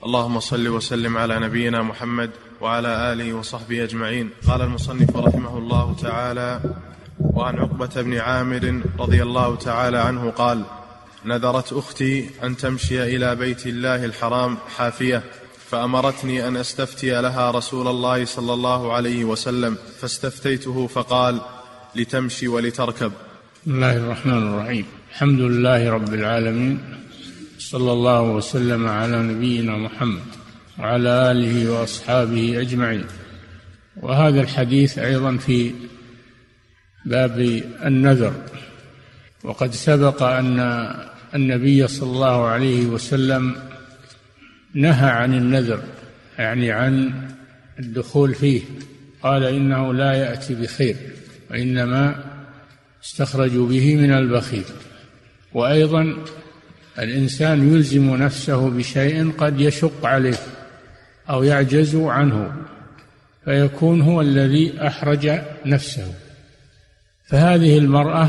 اللهم صل وسلم على نبينا محمد وعلى آله وصحبه أجمعين. قال المصنف رحمه الله تعالى: وعن عقبة بن عامر رضي الله تعالى عنه قال: نذرت أختي أن تمشي إلى بيت الله الحرام حافية، فأمرتني أن أستفتي لها رسول الله صلى الله عليه وسلم، فاستفتيته فقال: لتمشي ولتركب. بسم الله الرحمن الرحيم. الحمد لله رب العالمين، صلى الله وسلم على نبينا محمد وعلى آله وأصحابه أجمعين. وهذا الحديث أيضا في باب النذر، وقد سبق أن النبي صلى الله عليه وسلم نهى عن النذر، يعني عن الدخول فيه، قال إنه لا يأتي بخير وإنما استخرجوا به من البخيل. وأيضا الإنسان يلزم نفسه بشيء قد يشق عليه أو يعجز عنه، فيكون هو الذي أحرج نفسه. فهذه المرأة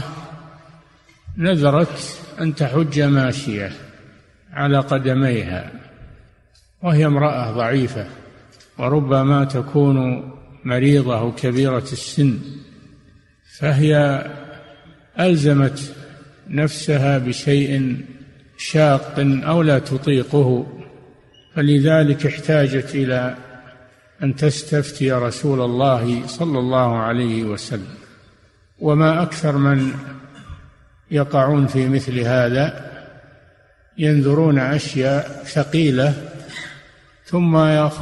نذرت أن تحج ماشية على قدميها، وهي امرأة ضعيفة، وربما تكون مريضة أو كبيرة السن، فهي ألزمت نفسها بشيء شاق أو لا تطيقه، فلذلك احتاجت إلى أن تستفتي رسول الله صلى الله عليه وسلم. وما أكثر من يقعون في مثل هذا، ينذرون أشياء ثقيلة ثم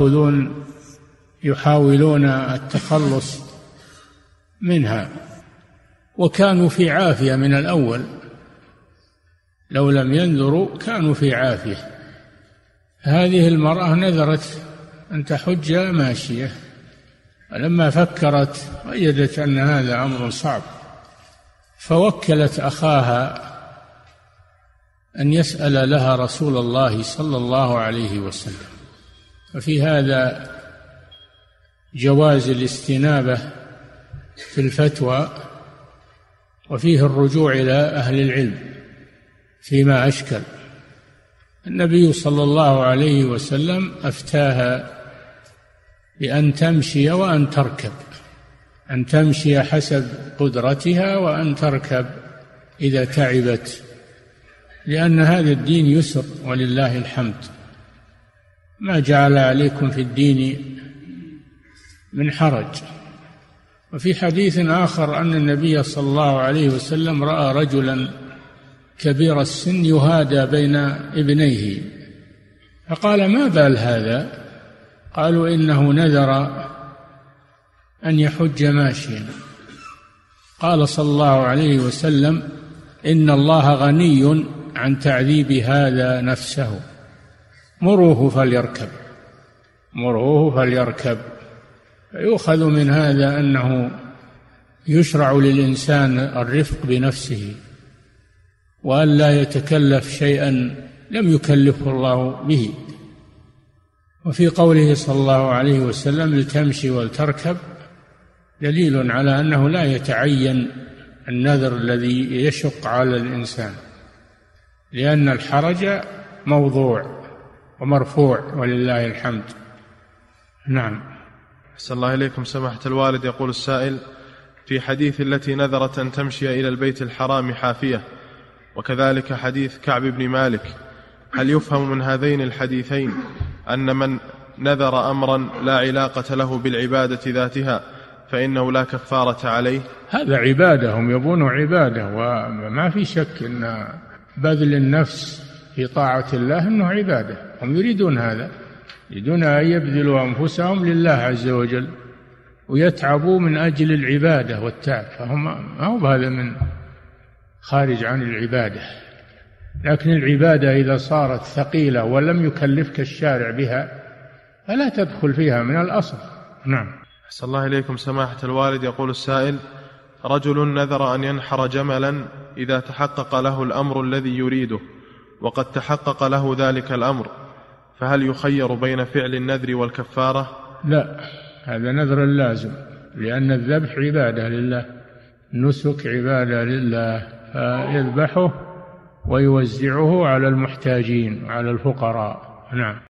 يحاولون التخلص منها، وكانوا في عافية من الأول، لو لم ينذروا كانوا في عافية. هذه المرأة نذرت أن تحج ماشية، ولما فكرت وجدت أن هذا أمر صعب، فوكلت أخاها أن يسأل لها رسول الله صلى الله عليه وسلم. وفي هذا جواز الاستنابة في الفتوى، وفيه الرجوع إلى أهل العلم فيما أشكل. النبي صلى الله عليه وسلم أفتاها بأن تمشي وأن تركب، أن تمشي حسب قدرتها وأن تركب إذا تعبت، لأن هذا الدين يسر ولله الحمد، ما جعل عليكم في الدين من حرج. وفي حديث آخر أن النبي صلى الله عليه وسلم رأى رجلا كبير السن يهادى بين ابنيه، فقال: ما بال هذا؟ قالوا: إنه نذر أن يحج ماشيا. قال صلى الله عليه وسلم: إن الله غني عن تعذيب هذا نفسه، مروه فليركب، مروه فليركب. فيؤخذ من هذا أنه يشرع للإنسان الرفق بنفسه، وأن لا يتكلف شيئا لم يكلفه الله به. وفي قوله صلى الله عليه وسلم: لتمشي ولتركب، دليل على أنه لا يتعين النذر الذي يشق على الإنسان، لأن الحرج موضوع ومرفوع ولله الحمد. نعم. أحسن الله إليكم سماحة الوالد. يقول السائل: في حديث التي نذرت أن تمشي إلى البيت الحرام حافية، وكذلك حديث كعب بن مالك، هل يفهم من هذين الحديثين أن من نذر أمرا لا علاقة له بالعبادة ذاتها فإنه لا كفارة عليه؟ هذا عبادة، هم يبون عبادة، وما في شك أن بذل النفس في طاعة الله أنه عبادة، هم يريدون هذا، يريدون أن يبذلوا أنفسهم لله عز وجل ويتعبوا من أجل العبادة والتعب، فهم ما هو هذا من خارج عن العبادة. لكن العبادة إذا صارت ثقيلة ولم يكلفك الشارع بها فلا تدخل فيها من الأصل. نعم. أحسن الله إليكم سماحة الوالد. يقول السائل: رجل نذر أن ينحر جملا إذا تحقق له الأمر الذي يريده، وقد تحقق له ذلك الأمر، فهل يخير بين فعل النذر والكفارة؟ لا، هذا نذر لازم، لأن الذبح عبادة لله، النسك عبادة لله، فيذبحه ويوزعه على المحتاجين وعلى الفقراء. نعم.